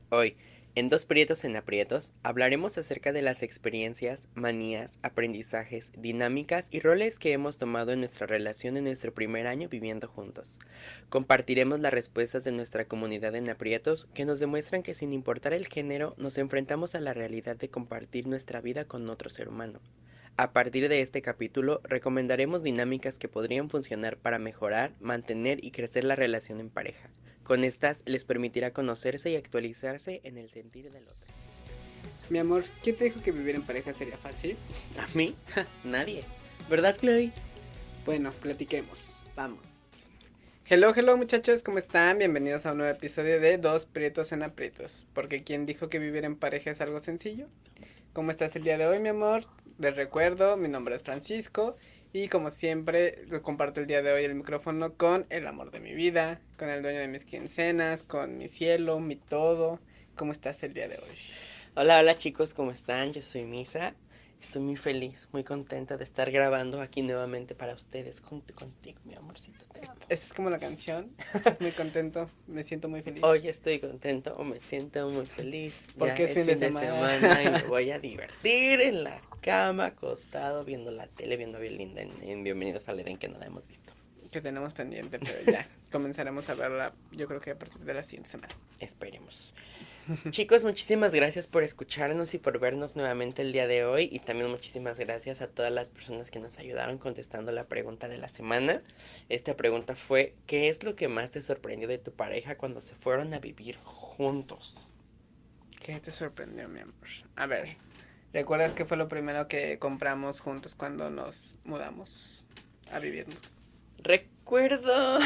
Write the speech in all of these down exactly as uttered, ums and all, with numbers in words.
Hoy, en Dos Prietos en Aprietos, hablaremos acerca de las experiencias, manías, aprendizajes, dinámicas y roles que hemos tomado en nuestra relación en nuestro primer año viviendo juntos. Compartiremos las respuestas de nuestra comunidad en Aprietos que nos demuestran que sin importar el género, nos enfrentamos a la realidad de compartir nuestra vida con otro ser humano. A partir de este capítulo, recomendaremos dinámicas que podrían funcionar para mejorar, mantener y crecer la relación en pareja. Con estas les permitirá conocerse y actualizarse en el sentir del otro. Mi amor, ¿quién te dijo que vivir en pareja sería fácil? ¿A mí? Ja, nadie. ¿Verdad, Chloe? Bueno, platiquemos. Vamos. Hello, hello muchachos, ¿cómo están? Bienvenidos a un nuevo episodio de Dos Prietos en Aprietos. Porque ¿quién dijo que vivir en pareja es algo sencillo? ¿Cómo estás el día de hoy, mi amor? Les recuerdo, mi nombre es Francisco. Y como siempre, comparto el día de hoy el micrófono con el amor de mi vida, con el dueño de mis quincenas, con mi cielo, mi todo. ¿Cómo estás el día de hoy? Hola, hola chicos, ¿cómo están? Yo soy Misa. Estoy muy feliz, muy contenta de estar grabando aquí nuevamente para ustedes, junto contigo, mi amorcito. Te amo. Esta es como la canción. Estás muy contento, me siento muy feliz. Hoy estoy contento o me siento muy feliz. Porque ya es fin de semana. semana y me voy a divertir en la cama, acostado, viendo la tele, viendo a Belinda en, en Bienvenidos al Edén, que no la hemos visto. Que tenemos pendiente, pero ya comenzaremos a verla, yo creo que a partir de la siguiente semana. Esperemos. Chicos, muchísimas gracias por escucharnos y por vernos nuevamente el día de hoy. Y también muchísimas gracias a todas las personas que nos ayudaron contestando la pregunta de la semana. Esta pregunta fue: ¿qué es lo que más te sorprendió de tu pareja cuando se fueron a vivir juntos? ¿Qué te sorprendió, mi amor? A ver, ¿recuerdas qué fue lo primero que compramos juntos cuando nos mudamos a vivirnos? Recuerdo.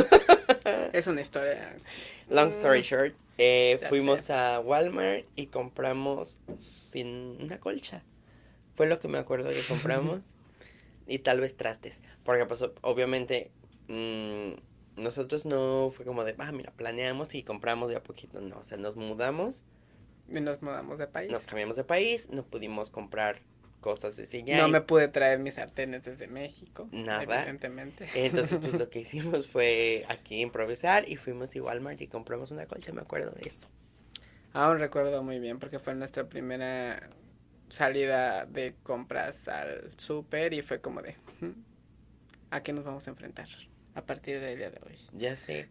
Es una historia. Long story short, eh, Ya fuimos sé. a Walmart y compramos sin una colcha. Fue lo que me acuerdo que compramos. Y tal vez trastes. Porque pues obviamente mmm, nosotros no fue como de, ah, mira, planeamos y compramos de a poquito. No, o sea, nos mudamos, Y nos mudamos de país. nos cambiamos de país, no pudimos comprar cosas desde allá. No y me pude traer mis sartenes desde México. Nada. Evidentemente. Entonces pues lo que hicimos fue aquí improvisar y fuimos a Walmart y compramos una colcha, me acuerdo de eso. Aún recuerdo muy bien porque fue nuestra primera salida de compras al súper y fue como de, "Hmm, ¿a qué nos vamos a enfrentar a partir del día de hoy?" Ya sé.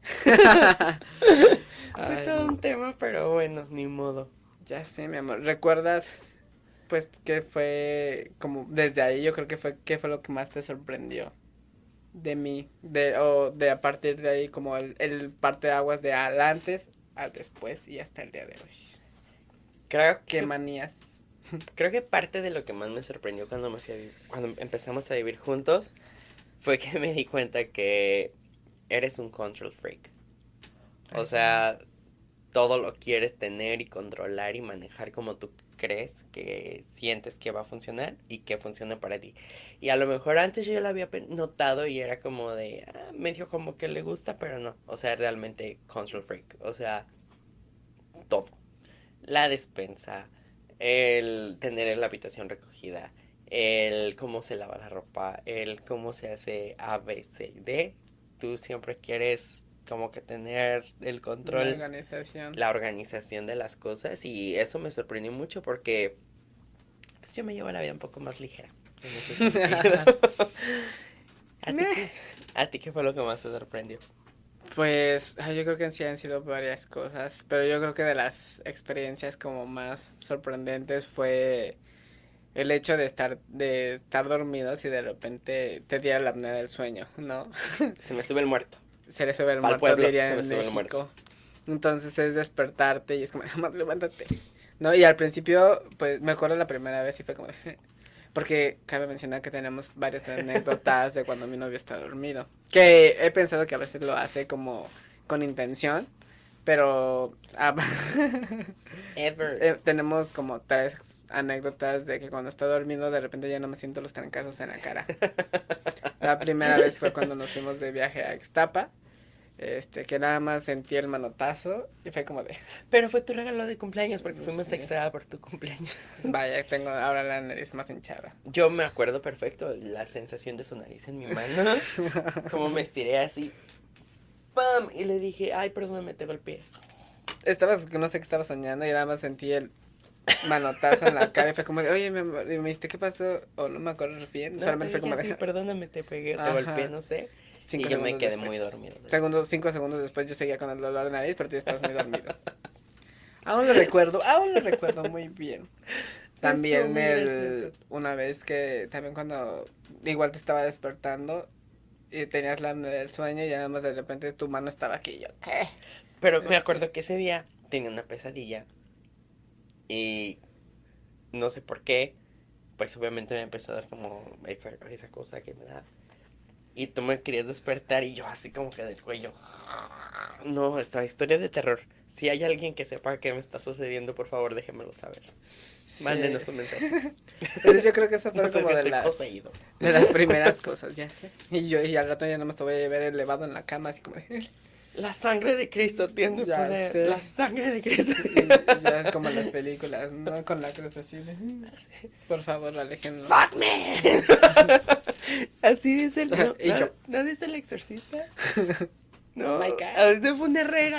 Fue Ay, todo un tema, pero bueno, ni modo. ya sé, mi amor. ¿Recuerdas, pues, qué fue, como, desde ahí yo creo que fue, qué fue lo que más te sorprendió de mí? De, o de a partir de ahí, como el, el parteaguas de al antes, al después y hasta el día de hoy. Creo ¿Qué que manías? Creo que parte de lo que más me sorprendió cuando me fui a vivir, cuando empezamos a vivir juntos, fue que me di cuenta que eres un control freak. O sea, todo lo quieres tener y controlar y manejar como tú crees que sientes que va a funcionar y que funcione para ti. Y a lo mejor antes yo ya lo había notado y era como de, ah, medio como que le gusta, pero no. O sea, realmente control freak. O sea, todo. La despensa, el tener la habitación recogida, el cómo se lava la ropa, el cómo se hace A, B, C, D. Tú siempre quieres como que tener el control, La organización. la organización de las cosas, y eso me sorprendió mucho porque pues yo me llevo la vida un poco más ligera en ese sentido. ¿A ti, qué, ¿A ti qué fue lo que más te sorprendió? Pues ay, yo creo que sí han sido varias cosas, pero yo creo que de las experiencias como más sorprendentes fue el hecho de estar de estar dormidos y de repente te diera la apnea del sueño, ¿no? Se me sube el muerto. Se le sube el Pa'l muerto, pueblo, dirían se me en sube el muerto. México. Entonces es despertarte y es como, jamás levántate. No, y al principio, pues me acuerdo la primera vez y fue como de... Porque cabe mencionar que tenemos varias anécdotas de cuando mi novio está dormido. Que he pensado que a veces lo hace como con intención, pero ah, Ever. eh, tenemos como tres anécdotas de que cuando está dormido de repente ya no me siento los trancazos en la cara. La primera vez fue cuando nos fuimos de viaje a Ixtapa. Este, que nada más sentí el manotazo y fue como de... Pero fue tu regalo de cumpleaños porque No fuimos sé. a Ixtapa por tu cumpleaños. Vaya, tengo ahora la nariz más hinchada. Yo me acuerdo perfecto la sensación de su nariz en mi mano. Como me estiré así. ¡Pam! Y le dije, ay, perdóname, te golpeé. estaba, no sé qué estaba soñando y nada más sentí el manotazo en la cara y fue como de, oye, mi amor, y me dijiste, ¿qué pasó? O no me acuerdo bien, No, solamente te fue dije como así, de, perdóname, te pegué, te ajá, golpeé, no sé. cinco Y yo me segundos quedé después. muy dormido. Segundos, cinco segundos después yo seguía con el dolor de nariz, pero tú ya estabas muy dormido. Aún lo recuerdo, aún lo recuerdo muy bien. Estuvo También muy el, gracioso. una vez que, también cuando igual te estaba despertando y tenías la apnea del sueño y ya nada más de repente tu mano estaba aquí y yo, ¿qué? Pero me Este, acuerdo que ese día tenía una pesadilla y no sé por qué, pues obviamente me empezó a dar como esa, esa cosa que me da. Y tú me querías despertar y yo así como que del cuello. No, esta historia de terror. Si hay alguien que sepa qué me está sucediendo, por favor déjemelo saber. sí. Mándenos un mensajito. Entonces yo creo que eso No fue sé como si de estoy las poseído. de las primeras cosas, ya sé. Y yo y al rato ya no me voy a ver elevado en la cama así como de, La sangre de Cristo tiene ya poder. sé. La sangre de Cristo. Y ya es como las películas, ¿no? Con la cruz así de, por favor, aléjenlo. Fuck me. Así dice el. No, Y ¿no, yo, ¿no dice el exorcista? oh No, my God. así se pone rega.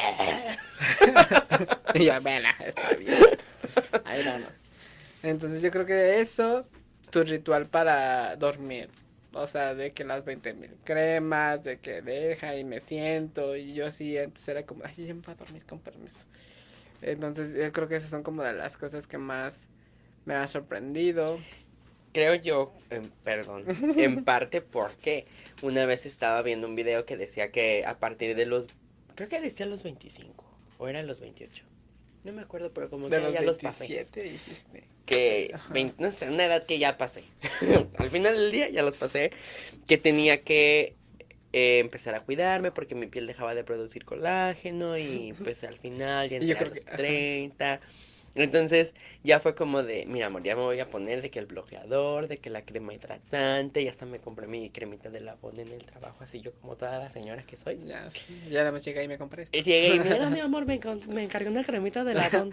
Y ya, bueno, está bien. Ahí vamos. Entonces yo creo que eso, tu ritual para dormir. O sea, de que las veinte mil cremas, de que deja y me siento. Y yo así antes era como, ay, ya me voy a dormir con permiso. Entonces yo creo que esas son como de las cosas que más me han sorprendido. Creo yo, em, perdón, en parte porque una vez estaba viendo un video que decía que a partir de los, creo que decía los veinticinco o eran los veintiocho. No me acuerdo, pero como De que los ya los pasé. veintisiete dijiste. Que, Ajá. veinte, no sé, una edad que ya pasé. Al final del día ya los pasé. Que tenía que eh, empezar a cuidarme porque mi piel dejaba de producir colágeno y pues al final ya Y yo entré a creo que, los ajá. treinta. Entonces ya fue como de, mira amor, ya me voy a poner de que el bloqueador, de que la crema hidratante, ya hasta me compré mi cremita de lavón en el trabajo, así yo como toda la señora que soy. Ya, ya nada más llegué y me compré esto. Y llegué y mira mi amor, me, encon- me encargué una cremita de lavón.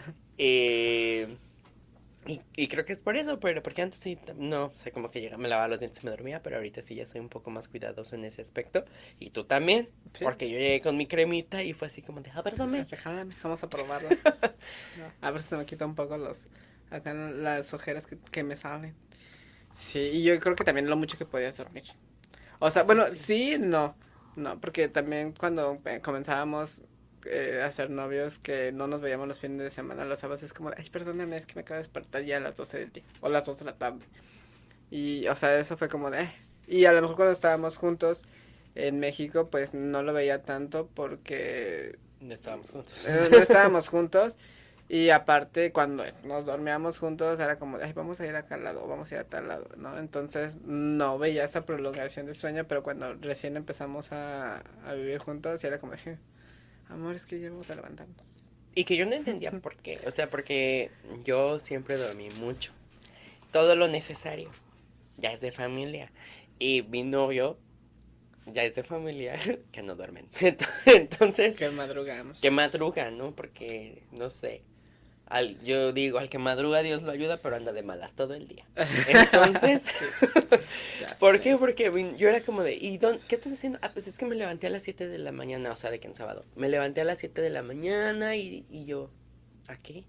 Eh, y, y creo que es por eso, pero porque antes sí, no, o sea, como que llegaba, me lavaba los dientes y me dormía, pero ahorita sí ya soy un poco más cuidadoso en ese aspecto. Y tú también, Sí. porque yo llegué con mi cremita y fue así como de, ah, perdóname. Déjame, vamos a probarlo. A ver si se me quita un poco los acá las ojeras que, que me salen. Sí, y yo creo que también lo mucho que podías dormir. O sea, bueno, Sí. sí, no. No, porque también cuando eh, comenzábamos eh, a ser novios, que no nos veíamos los fines de semana, los sábados es como, ay, perdóname, es que me acabo de despertar ya a las doce del día, o a las dos de la tarde. Y, o sea, eso fue como de, eh. Y a lo mejor cuando estábamos juntos en México, pues no lo veía tanto porque No estábamos juntos. eh, no estábamos juntos. Y aparte, cuando nos dormíamos juntos, era como, ay, vamos a ir a tal lado, vamos a ir a tal lado, ¿no? Entonces, no veía esa prolongación de sueño, pero cuando recién empezamos a, a vivir juntos, era como, "Je, amor, es que ya vamos a levantarnos". Y que yo no entendía por qué, o sea, porque yo siempre dormí mucho. Todo lo necesario, ya es de familia. Y mi novio, ya es de familia, que no duermen. Entonces, Que madrugamos. que madruga, ¿no? Porque, no sé, al, yo digo, al que madruga Dios lo ayuda, pero anda de malas todo el día. Entonces, Ya ¿por sé. qué? Porque mi- yo era como de, ¿y dónde, qué estás haciendo? Ah, pues es que me levanté a las siete de la mañana, o sea, de que en sábado. Me levanté a las siete de la mañana y, y yo, ¿a qué?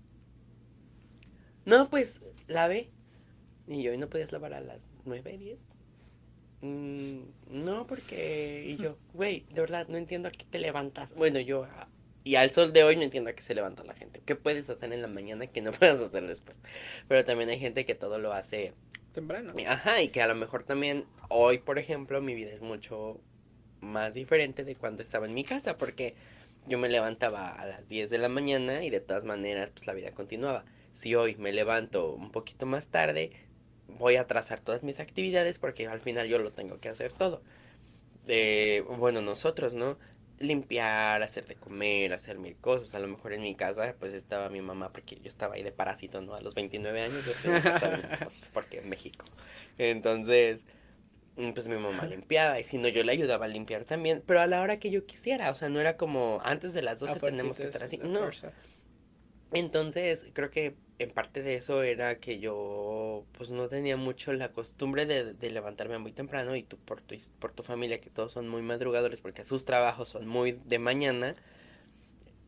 No, pues, lavé. Y yo, ¿y no podías lavar a las nueve, diez? Mm, no, porque... Y yo, güey, de verdad, no entiendo a qué te levantas. Bueno, yo... ah, y al sol de hoy no entiendo a qué se levanta la gente. ¿Qué puedes hacer en la mañana que no puedes hacer después? Pero también hay gente que todo lo hace... Temprano. Ajá, y que a lo mejor también hoy, por ejemplo, mi vida es mucho más diferente de cuando estaba en mi casa, porque yo me levantaba a las diez de la mañana y de todas maneras, pues la vida continuaba. Si hoy me levanto un poquito más tarde, voy a atrasar todas mis actividades porque al final yo lo tengo que hacer todo. Eh, bueno, nosotros, ¿no? Limpiar, hacer de comer, hacer mil cosas. A lo mejor en mi casa, pues estaba mi mamá, porque yo estaba ahí de parásito, ¿no? A los veintinueve años yo estoy en casa de mis papás, porque en México. Entonces, mm, pues mi mamá limpiaba, y si no, yo le ayudaba a limpiar también, pero a la hora que yo quisiera, o sea, no era como antes de las A doce tenemos que estar fuercitas, así, a no. fuerza. Entonces, creo que en parte de eso era que yo pues no tenía mucho la costumbre de, de levantarme muy temprano y tú por tu, por tu familia que todos son muy madrugadores porque sus trabajos son muy de mañana,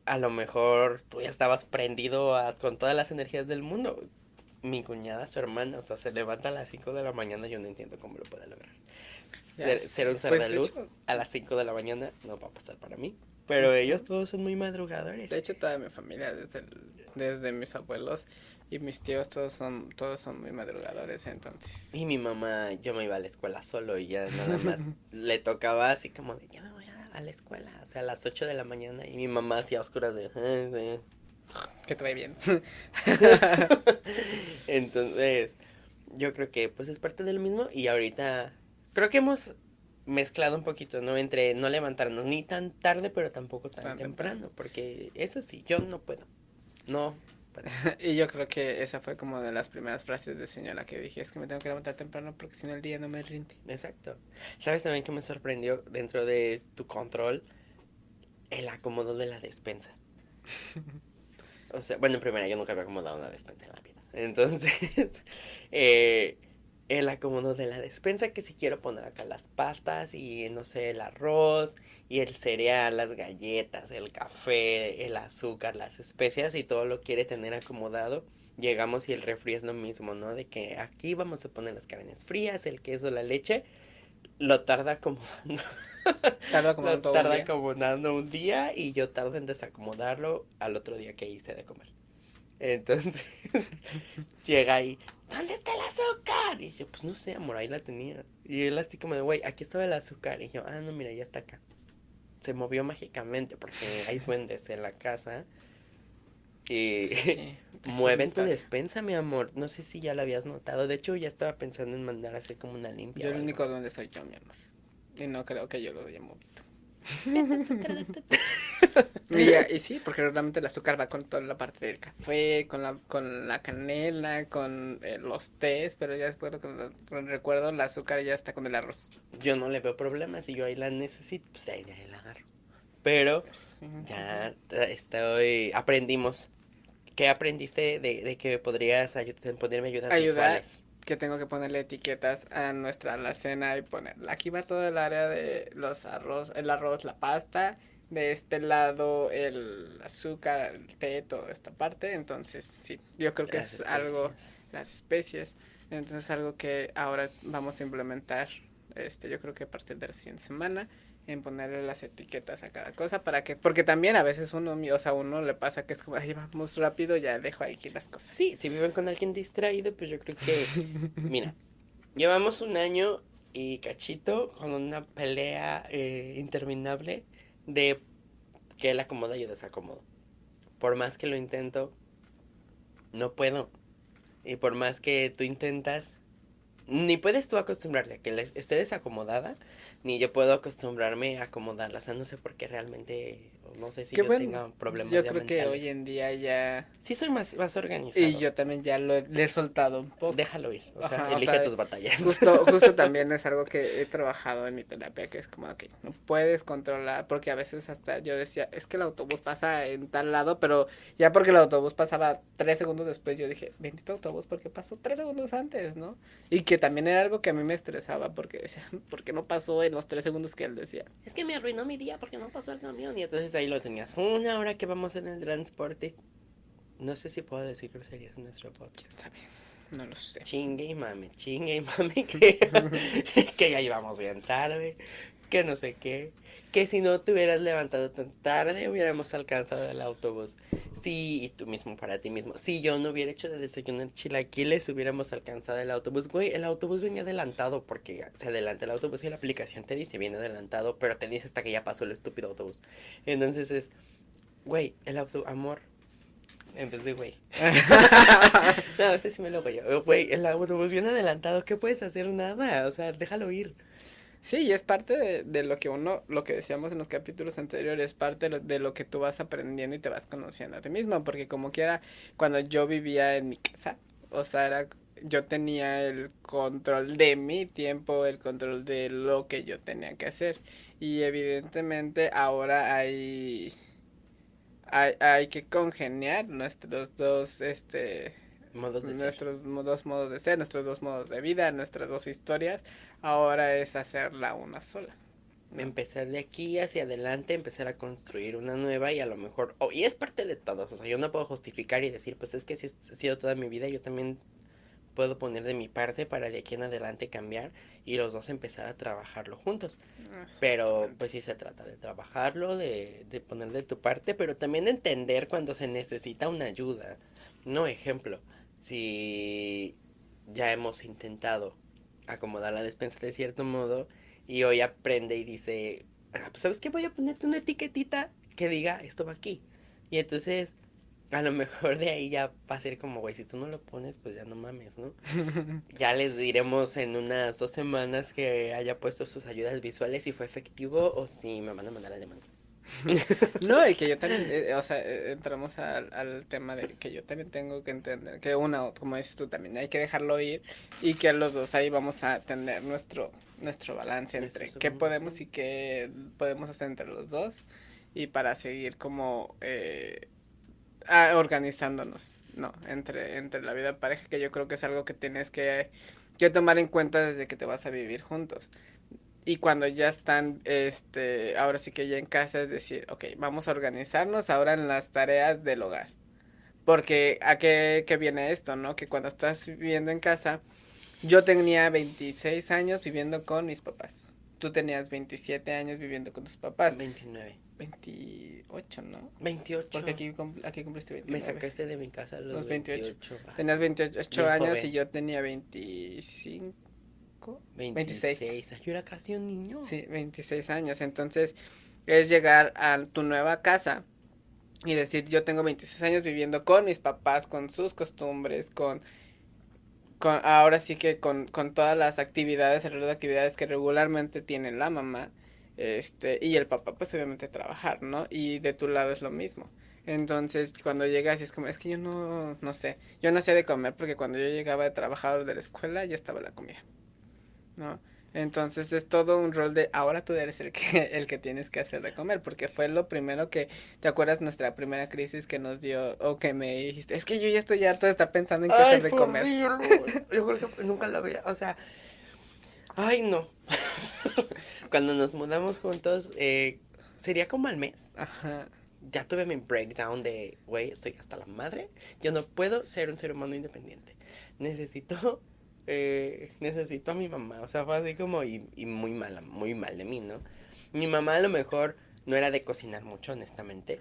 a lo mejor tú ya estabas prendido a- con todas las energías del mundo. Mi cuñada, su hermana, o sea, se levanta a las cinco de la mañana, yo no entiendo cómo lo puede lograr. Ya Ser, ser un sé. ser Pues de de luz hecho, a las cinco de la mañana no va a pasar para mí. Pero ellos ujú. todos son muy madrugadores. De hecho, toda mi familia, desde, el- desde mis abuelos y mis tíos, todos son, todos son muy madrugadores, entonces. Y mi mamá, yo me iba a la escuela solo y ya nada más le tocaba así como de, ya me voy a, a la escuela, o sea, a las ocho de la mañana. Y mi mamá hacía oscuras de... "Eh, Que te vaya bien. eh". Entonces, yo creo que pues es parte de lo mismo y ahorita creo que hemos mezclado un poquito, ¿no? Entre no levantarnos ni tan tarde, pero tampoco tan Tan temprano. temprano, porque eso sí, yo no puedo, no puedo. Y yo creo que esa fue como de las primeras frases de señora que dije, es que me tengo que levantar temprano porque si no el día no me rinde. Exacto. ¿Sabes también que me sorprendió dentro de tu control? El acomodo de la despensa. O sea, bueno, en primera, yo nunca había acomodado una despensa en la vida. Entonces, eh, el acomodo de la despensa, que si quiero poner acá las pastas y, no sé, el arroz y el cereal, las galletas, el café, el azúcar, las especias y todo lo quiere tener acomodado. Llegamos y el refri es lo mismo, ¿no? De que aquí vamos a poner las carnes frías, el queso, la leche. Lo tarda acomodando. Tarda como Lo todo un tarda día. acomodando un día y yo tardo en desacomodarlo al otro día que hice de comer. Entonces llega ahí, ¿dónde está el azúcar? Y yo, pues no sé, amor, ahí la tenía. Y él así como de, güey, aquí estaba el azúcar. Y yo, ah, no, mira, ya está acá. Se movió mágicamente porque hay duendes en la casa. Y Sí, esa es la mueven tu historia. despensa, mi amor. No sé si ya lo habías notado. De hecho, ya estaba pensando en mandar a hacer como una limpia Yo o el algo. único donde soy yo, mi amor. Y no creo que yo lo haya movido. Y, ya- y sí, porque realmente el azúcar va con toda la parte del café, con la, con la canela, con eh, los tés, pero ya después lo que lo- lo recuerdo, el azúcar ya está con el arroz. Yo no le veo problemas. Si yo ahí la necesito, pues ahí, ahí la agarro. Pero Sí. ya estoy. Aprendimos. ¿Qué aprendiste de, de que podrías ayu- ponerme ayudas Ayudar visuales? que tengo que ponerle etiquetas a nuestra alacena y poner, aquí va todo el área de los arroz, el arroz, la pasta, de este lado el azúcar, el té, toda esta parte, entonces sí, yo creo que Las es algo, especias. las especies, entonces algo que ahora vamos a implementar, este, yo creo que a partir de la siguiente semana, en ponerle las etiquetas a cada cosa para que, porque también a veces uno, o sea, a uno le pasa que es como, ay, vamos rápido, ya dejo aquí las cosas. Sí, si viven con alguien distraído, pues yo creo que. Mira, llevamos un año y cachito con una pelea eh, interminable de que él acomoda y yo desacomodo. Por más que lo intento, no puedo. Y por más que tú intentas, ni puedes tú acostumbrarte a que les esté desacomodada, ni yo puedo acostumbrarme a acomodarla. O sea, no sé por qué realmente, o no sé si Qué yo bueno, tenga problemas yo ya creo que hoy mentales. en día ya... Sí soy más, más Y organizado. yo también ya lo he, le he soltado un poco. Déjalo ir. O sea, Ajá, o elige sea, tus batallas. justo, justo también es algo que he trabajado en mi terapia, que es como que no puedes controlar, porque a veces hasta yo decía, es que el autobús pasa en tal lado, pero ya porque el autobús pasaba tres segundos después, yo dije, bendito autobús, porque pasó tres segundos antes, ¿no? Y que también era algo que a mí me estresaba, porque decía, ¿por qué no pasó en los tres segundos que él decía? Es que me arruinó mi día porque no pasó el camión. Y entonces ahí lo tenías. Una hora que vamos en el transporte. No sé si puedo decir groserías en nuestro ¿Quién podcast. sabe? No lo sé. Chingue y mame, chingue y mame, que, que ya íbamos bien tarde, que no sé qué, que si no te hubieras levantado tan tarde hubiéramos alcanzado el autobús. Sí, y tú mismo para ti mismo. Si yo no hubiera hecho de desayuno chilaquiles, hubiéramos alcanzado el autobús. Güey, el autobús venía adelantado porque se adelanta el autobús y la aplicación te dice viene adelantado, pero te dice hasta que ya pasó el estúpido autobús. Entonces es, güey, el auto, amor, en vez de güey. No, ese sí me lo voy a... Güey, el autobús viene adelantado, ¿qué puedes hacer? Nada, o sea, déjalo ir. Sí, y es parte de, de lo que uno, lo que decíamos en los capítulos anteriores, parte de lo, de lo que tú vas aprendiendo y te vas conociendo a ti mismo, porque como quiera, cuando yo vivía en mi casa, o sea, era, yo tenía el control de mi tiempo, el control de lo que yo tenía que hacer, y evidentemente ahora hay, hay, hay que congeniar nuestros dos, este, Modos de ser. nuestros dos modos de ser, nuestros dos modos de vida, nuestras dos historias, ahora es hacerla una sola. No. Empezar de aquí hacia adelante, empezar a construir una nueva y a lo mejor, oh, y es parte de todos, o sea, yo no puedo justificar y decir, pues es que si ha sido toda mi vida, yo también puedo poner de mi parte para de aquí en adelante cambiar y los dos empezar a trabajarlo juntos. Pero pues sí se trata de trabajarlo, de, de poner de tu parte, pero también de entender cuando se necesita una ayuda. No, ejemplo, si ya hemos intentado acomodar la despensa de cierto modo y hoy aprende y dice, ah, pues sabes qué, voy a ponerte una etiquetita que diga esto va aquí. Y entonces a lo mejor de ahí ya va a ser como, güey, si tú no lo pones, pues ya no mames, ¿no? Ya les diremos en unas dos semanas que haya puesto sus ayudas visuales si fue efectivo o si me van a mandar a demanda. No, y que yo también, eh, o sea, eh, entramos al, al tema de que yo también tengo que entender que una, como dices tú también, hay que dejarlo ir y que los dos ahí vamos a tener nuestro, nuestro balance entre Nuestro qué segundo. podemos y qué podemos hacer entre los dos y para seguir como eh, ah, organizándonos, ¿no? Entre, entre la vida en pareja, que yo creo que es algo que tienes que, que tomar en cuenta desde que te vas a vivir juntos. Y cuando ya están, este, ahora sí que ya en casa, es decir, ok, vamos a organizarnos ahora en las tareas del hogar. Porque a qué, qué viene esto, ¿no? Que cuando estás viviendo en casa, yo tenía veintiséis años viviendo con mis papás. Tú tenías veintisiete años viviendo con tus papás. veintinueve. veintiocho, ¿no? veintiocho. Porque aquí, cum- aquí cumpliste Me veintinueve. sacaste de mi casa a los, Los veintiocho. veintiocho. Ah, Tenías veintiocho bien años joven. y yo tenía veinticinco. veintiséis. veintiséis. Yo era casi un niño. Sí, veintiséis años. Entonces, es llegar a tu nueva casa y decir, yo tengo veintiséis años viviendo con mis papás, con sus costumbres, con, con ahora sí que con, con todas las actividades, alrededor de actividades que regularmente tiene la mamá, este, y el papá, pues obviamente trabajar, ¿no? Y de tu lado es lo mismo. Entonces, cuando llegas y es como, es que yo no, no sé, yo no sé de comer porque cuando yo llegaba de trabajar o de la escuela ya estaba la comida, ¿no? Entonces es todo un rol de ahora tú eres el que el que tienes que hacer de comer, porque fue lo primero que, ¿te acuerdas nuestra primera crisis que nos dio o que me dijiste? Es que yo ya estoy harto de estar pensando en qué Ay, hacer de fue comer. horrible. Yo creo que nunca lo había, o sea, ay no. Cuando nos mudamos juntos, eh, sería como al mes. Ajá. Ya tuve mi breakdown de, güey, estoy hasta la madre. Yo no puedo ser un ser humano independiente. Necesito, eh, necesito a mi mamá. O sea, fue así como, y, y muy mala, muy mal de mí, ¿no? Mi mamá a lo mejor no era de cocinar mucho, honestamente.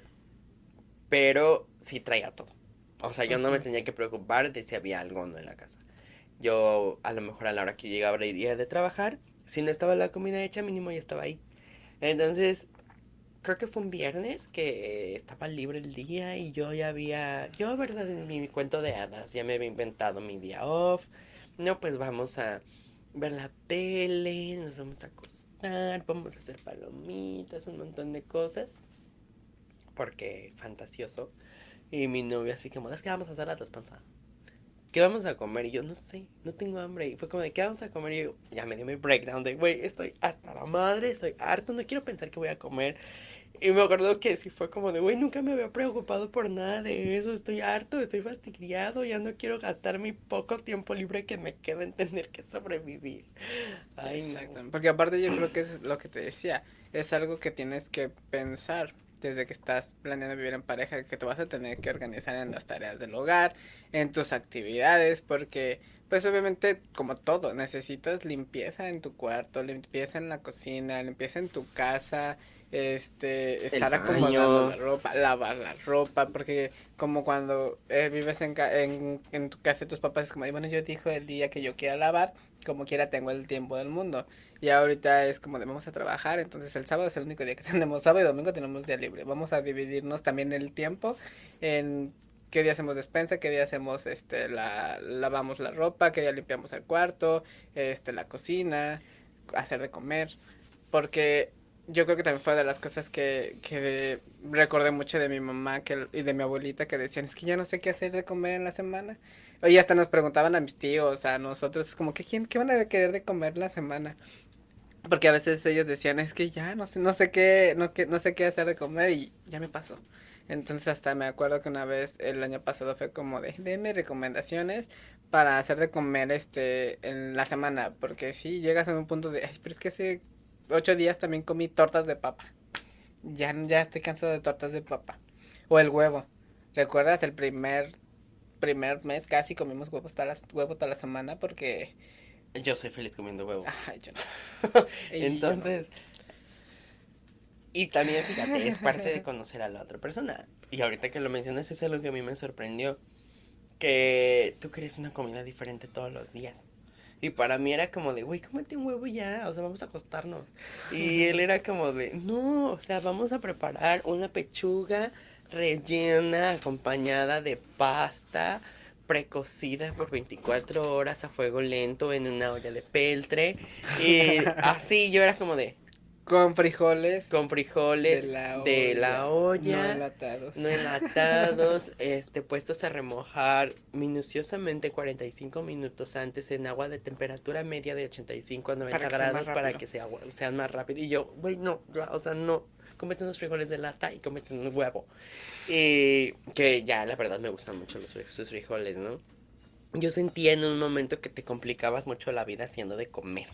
Pero sí traía todo. O sea, yo no me Ujú. tenía que preocupar de si había algo o no en la casa. Yo, a lo mejor a la hora que yo llegaba iría de trabajar, si no estaba la comida hecha, mínimo ya estaba ahí. Entonces, creo que fue un viernes que estaba libre el día y yo ya había, yo, verdad, en mi, mi cuento de hadas, ya me había inventado mi día off. No, pues vamos a ver la tele, nos vamos a acostar, vamos a hacer palomitas, un montón de cosas, porque fantasioso. Y mi novio así como, es que vamos a hacer la despensa. ¿Qué vamos a comer? Y yo, no sé, no tengo hambre. Y fue como de, ¿qué vamos a comer? Y yo, ya me dio mi breakdown de, güey, estoy hasta la madre, estoy harto, no quiero pensar que voy a comer. Y me acuerdo que sí fue como de, güey, nunca me había preocupado por nada de eso, estoy harto, estoy fastidiado, ya no quiero gastar mi poco tiempo libre que me queda en tener que sobrevivir. Ay, Exacto. no. Porque aparte yo creo que es lo que te decía, es algo que tienes que pensar desde que estás planeando vivir en pareja, que te vas a tener que organizar en las tareas del hogar, en tus actividades, porque pues obviamente como todo, necesitas limpieza en tu cuarto, limpieza en la cocina, limpieza en tu casa, este, El estar acomodando la baño. ropa, lavar la ropa, porque como cuando eh, vives en, ca- en, en tu casa de tus papás es como, bueno, yo dijo el día que yo quiera lavar, como quiera tengo el tiempo del mundo. Y ahorita es como de vamos a trabajar, entonces el sábado es el único día que tenemos, sábado y domingo tenemos día libre. Vamos a dividirnos también el tiempo en qué día hacemos despensa, qué día hacemos este la lavamos la ropa, qué día limpiamos el cuarto, este la cocina, hacer de comer, porque yo creo que también fue de las cosas que, que de- recordé mucho de mi mamá que, y de mi abuelita que decían, es que ya no sé qué hacer de comer en la semana. Oye, hasta nos preguntaban a mis tíos, a nosotros, es como que quién, qué van a querer de comer la semana. Porque a veces ellos decían, es que ya no sé, no sé qué, no, que, no sé qué hacer de comer y ya me pasó. Entonces hasta me acuerdo que una vez el año pasado fue como de, denme recomendaciones para hacer de comer este en la semana, porque si llegas a un punto de, ay, pero es que hace ocho días también comí tortas de papa. Ya, ya estoy cansado de tortas de papa. O el huevo. ¿Recuerdas el primer, primer mes casi comimos huevos toda la, huevo toda la semana porque... Yo soy feliz comiendo huevo. Ay, yo no. Entonces, yo no. Y también, fíjate, es parte de conocer a la otra persona. Y ahorita que lo mencionas, es algo que a mí me sorprendió. Que tú querías una comida diferente todos los días. Y para mí era como de, güey, cómete un huevo ya, o sea, vamos a acostarnos. Y él era como de, no, o sea, vamos a preparar una pechuga rellena, acompañada de pasta, precocida por veinticuatro horas a fuego lento en una olla de peltre. Y así yo era como de, Con frijoles. con frijoles De la de la olla, No enlatados. no enlatados, este, puestos a remojar minuciosamente cuarenta y cinco minutos antes en agua de temperatura media de ochenta y cinco a noventa Para que sea grados más para rápido. que sea, sean más rápidos. Y yo, güey, no, ya, o sea, no, cómete unos frijoles de lata y cómete un huevo. Y que ya, la verdad, me gustan mucho los, fri- sus frijoles, ¿no? Yo sentía en un momento que te complicabas mucho la vida haciendo de comer.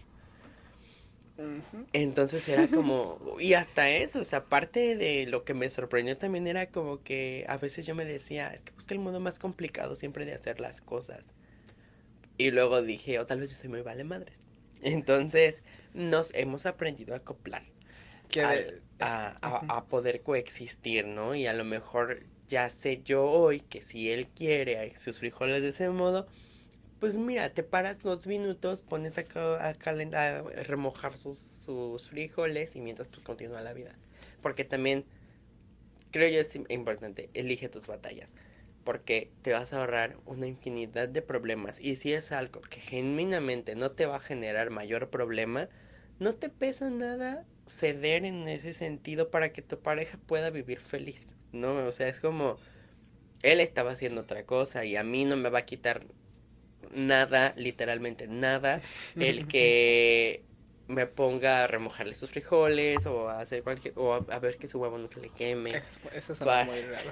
Ujú. Entonces era como, y hasta eso, o sea, aparte de lo que me sorprendió también era como que a veces yo me decía, es que busca el modo más complicado siempre de hacer las cosas. Y luego dije, o tal vez yo soy muy vale madres. Entonces nos hemos aprendido a acoplar, Que al, de... a, a, Ujú. a poder coexistir, ¿no? Y a lo mejor ya sé yo hoy que si él quiere sus frijoles de ese modo, pues mira, te paras dos minutos, pones a, ca- a, calen- a remojar sus, sus frijoles y mientras pues continúa la vida. Porque también creo yo es im- importante, elige tus batallas. Porque te vas a ahorrar una infinidad de problemas. Y si es algo que genuinamente no te va a generar mayor problema, no te pesa nada ceder en ese sentido para que tu pareja pueda vivir feliz. ¿No? O sea, es como él estaba haciendo otra cosa y a mí no me va a quitar nada, literalmente nada, el que me ponga a remojarle sus frijoles o a hacer cualquier, o a, a ver que su huevo no se le queme. Eso, eso suena Pa- muy raro.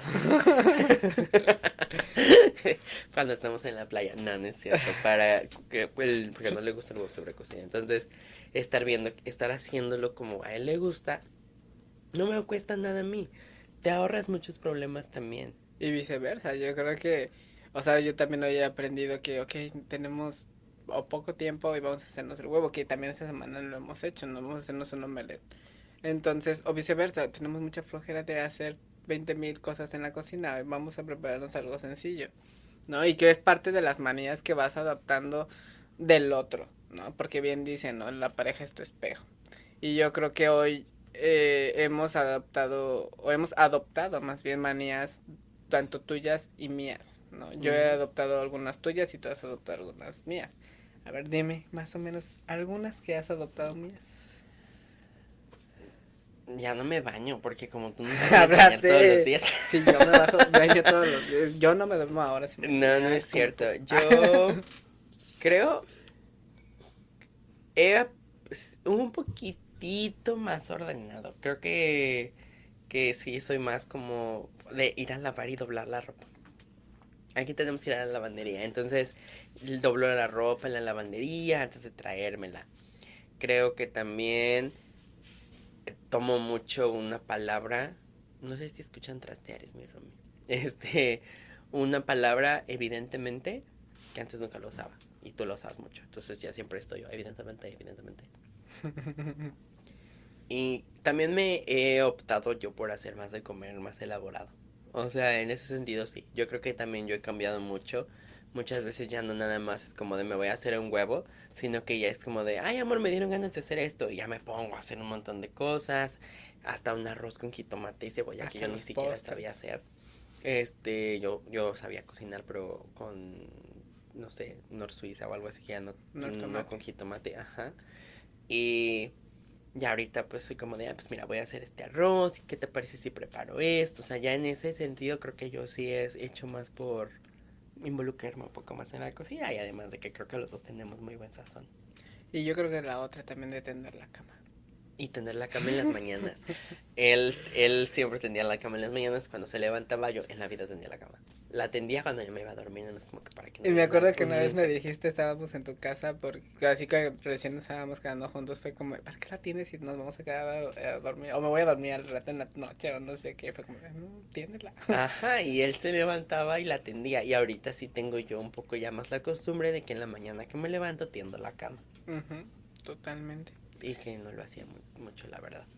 Cuando estamos en la playa, no, no es cierto, para que el, porque no le gusta el huevo sobrecocido. Entonces, estar viendo, estar haciéndolo como a él le gusta, no me cuesta nada a mí. Te ahorras muchos problemas también. Y viceversa, yo creo que, o sea, yo también hoy he aprendido que, ok, tenemos o poco tiempo y vamos a hacernos el huevo, que también esta semana lo hemos hecho, no vamos a hacernos un omelette. Entonces, o viceversa, tenemos mucha flojera de hacer veinte mil cosas en la cocina, vamos a prepararnos algo sencillo, ¿no? Y que es parte de las manías que vas adaptando del otro, ¿no? Porque bien dicen, ¿no? La pareja es tu espejo. Y yo creo que hoy eh, hemos adaptado, o hemos adoptado más bien manías tanto tuyas y mías, ¿no? Yo he Ujú. adoptado algunas tuyas y tú has adoptado algunas mías. A ver, dime más o menos algunas que has adoptado mías. Ya no me baño porque como tú no te puedes bañar todos los Háblate. días. Si yo me bajo, baño todos los días. Yo no me duermo ahora sin No, no bañar es como cierto. tú. Yo creo era pues, un poquitito más ordenado. Creo que que sí soy más como de ir a lavar y doblar la ropa. Aquí tenemos que ir a la lavandería, entonces doblo la ropa en la lavandería antes de traérmela. Creo que también tomo mucho una palabra, no sé si escuchan trastear, es mi Romy. Este, una palabra evidentemente que antes nunca lo usaba y tú lo usabas mucho, entonces ya siempre estoy yo, evidentemente, evidentemente. Y también me he optado yo por hacer más de comer más elaborado. O sea, en ese sentido sí. Yo creo que también yo he cambiado mucho. Muchas veces ya no nada más es como de me voy a hacer un huevo, sino que ya es como de, ay amor, me dieron ganas de hacer esto. Y ya me pongo a hacer un montón de cosas. Hasta un arroz con jitomate y cebolla que Hasta yo ni los siquiera postres. sabía hacer. Este, yo, yo sabía cocinar, pero con, no sé, nor suiza o algo así que ya no, No el no tomate. con jitomate, ajá. Y ya ahorita pues soy como de, ah, pues mira, voy a hacer este arroz, ¿y qué te parece si preparo esto? O sea, ya en ese sentido creo que yo sí he hecho más por involucrarme un poco más en la cocina y además de que creo que los dos tenemos muy buen sazón. Y yo creo que la otra también de tender la cama. Y tener la cama en las mañanas. Él, él siempre tendía la cama en las mañanas, cuando se levantaba yo en la vida tendía la cama. la atendía cuando yo me iba a dormir, no es como que para que no Y me digan, acuerdo "Ay, que un una vez me insecto". dijiste, estábamos en tu casa, porque así que recién nos estábamos quedando juntos, fue como, ¿para qué la tienes si nos vamos a quedar a, a dormir? O me voy a dormir al rato en la noche, o no sé qué, fue como, no, tiéndela. Ajá, y él se levantaba y la atendía. Y ahorita sí tengo yo un poco ya más la costumbre de que en la mañana que me levanto tiendo la cama. Ujú, totalmente. Y que no lo hacía mu- mucho, la verdad.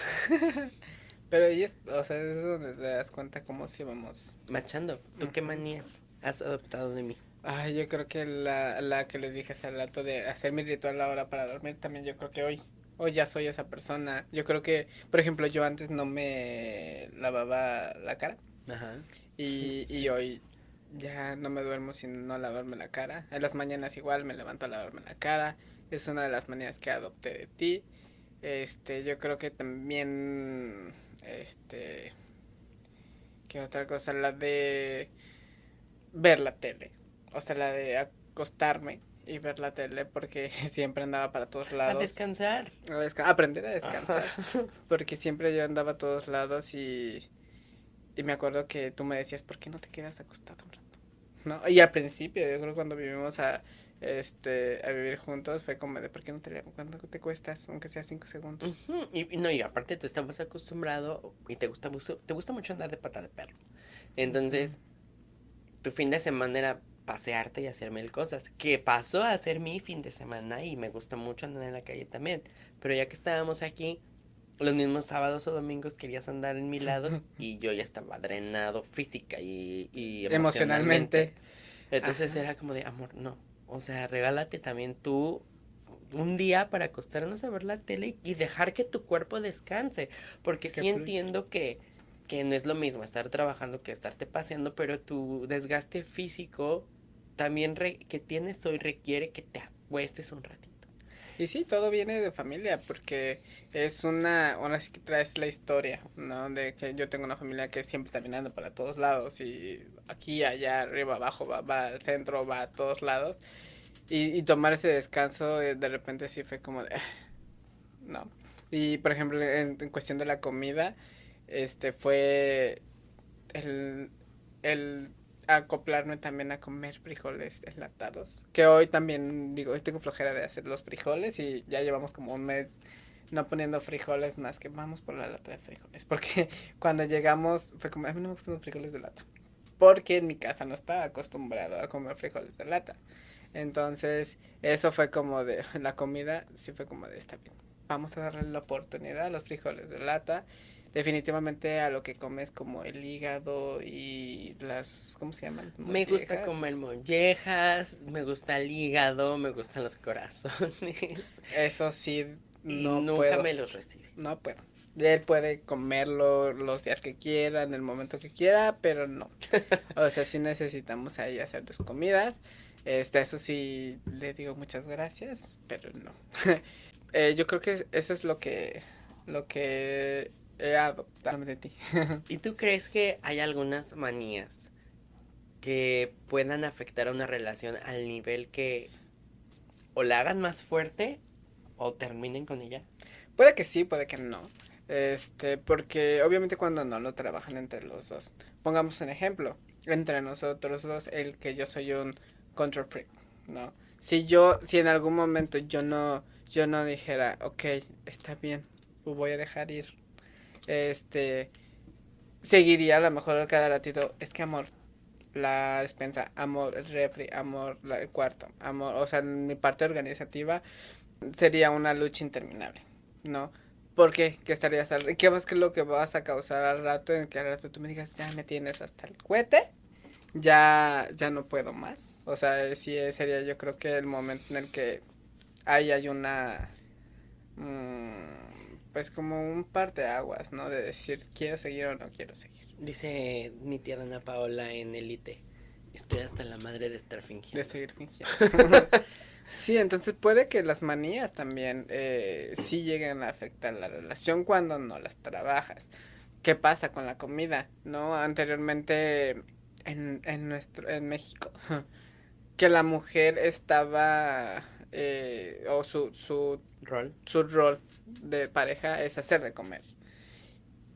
Pero ellos, o sea, es donde te das cuenta cómo si vamos. Machando, ¿tú qué Ujú. manías has adoptado de mí? Ay, yo creo que la, la que les dije hace rato de hacer mi ritual ahora para dormir, también yo creo que hoy, hoy ya soy esa persona. Yo creo que, por ejemplo, yo antes no me lavaba la cara Ajá. y, y Sí. hoy ya no me duermo sin no lavarme la cara. En las mañanas igual me levanto a lavarme la cara. Es una de las manías que adopté de ti. Este, yo creo que también, este, ¿qué otra cosa? La de ver la tele. O sea, la de acostarme y ver la tele porque siempre andaba para todos A lados. descansar. A desca- aprender a Ajá. descansar. Porque siempre yo andaba a todos lados y, y me acuerdo que tú me decías, ¿por qué no te quedas acostado un rato? ¿No? Y al principio, yo creo que cuando vivimos a, este, a vivir juntos fue como de, ¿por qué no te, cuánto te cuestas? Aunque sea cinco segundos. Ujú, Y, y no, y aparte tú estamos acostumbrado y te gusta mucho, te gusta mucho andar de pata de perro. Ujú. Entonces, tu fin de semana era pasearte y hacer mil cosas. Que pasó a ser mi fin de semana y me gusta mucho andar en la calle también. Pero ya que estábamos aquí, los mismos sábados o domingos querías andar en mil lados y yo ya estaba drenado física y, y emocionalmente. Emocionalmente. Entonces Ajá. era como de, amor, no. O sea, regálate también tú un día para acostarnos a ver la tele y dejar que tu cuerpo descanse. Porque Que sí fluya. entiendo que, que no es lo mismo estar trabajando que estarte paseando, pero tu desgaste físico también re- que tienes hoy requiere que te acuestes un ratito. Y sí, todo viene de familia, porque es una, ahora sí que traes la historia, ¿no? De que yo tengo una familia que siempre está mirando para todos lados, y aquí, allá, arriba, abajo, va, va al centro, va a todos lados, y, y tomar ese descanso eh, de repente sí fue como de, no. Y por ejemplo, en, en cuestión de la comida, este fue el, el acoplarme también a comer frijoles enlatados. Que hoy también, digo, hoy tengo flojera de hacer los frijoles y ya llevamos como un mes no poniendo frijoles más que vamos por la lata de frijoles. Porque cuando llegamos fue como, a mí no me gustan los frijoles de lata. Porque en mi casa no estaba acostumbrado a comer frijoles de lata. Entonces, eso fue como de, la comida sí fue como de, está bien. Vamos a darle la oportunidad a los frijoles de lata, definitivamente a lo que comes como el hígado y las, ¿cómo se llaman? Me gusta comer Mollejas. mollejas, me gusta el hígado, me gustan los corazones Eso sí, y no nunca puedo, me los recibe. no puedo. Él puede comerlo los días que quiera, en el momento que quiera, pero no. O sea, sí necesitamos ahí hacer tus comidas. Este, eso sí, le digo muchas gracias, pero no. Eh, yo creo que eso es lo que, lo que he adoptado de ti. ¿Y tú crees que hay algunas manías que puedan afectar a una relación al nivel que o la hagan más fuerte o terminen con ella? Puede que sí, puede que no. Este, porque obviamente cuando no lo trabajan entre los dos. Pongamos un ejemplo. Entre nosotros dos, el que yo soy un control freak, ¿no? Si yo, si en algún momento yo no, yo no dijera, ok, está bien, voy a dejar ir. Este, seguiría a lo mejor cada ratito, es que amor, la despensa, amor, el refri, amor, la, el cuarto, amor, o sea, mi parte organizativa sería una lucha interminable, ¿no? ¿Por qué? ¿Qué estarías al... ¿Qué vas que lo que vas a causar al rato en que al rato tú me digas, ya me tienes hasta el cohete? Ya, ya no puedo más. O sea, sí sería yo creo que el momento en el que ahí hay una, mmm, pues como un parteaguas, ¿no? De decir, quiero seguir o no quiero seguir. Dice mi tía Dana Paola en Elite, estoy hasta la madre de estar De fingiendo. seguir fingiendo. Sí, entonces puede que las manías también eh, sí lleguen a afectar la relación cuando no las trabajas. ¿Qué pasa con la comida? ¿No? Anteriormente en, en nuestro, en México, que la mujer estaba, eh, o su, su, Rol. su rol de pareja es hacer de comer.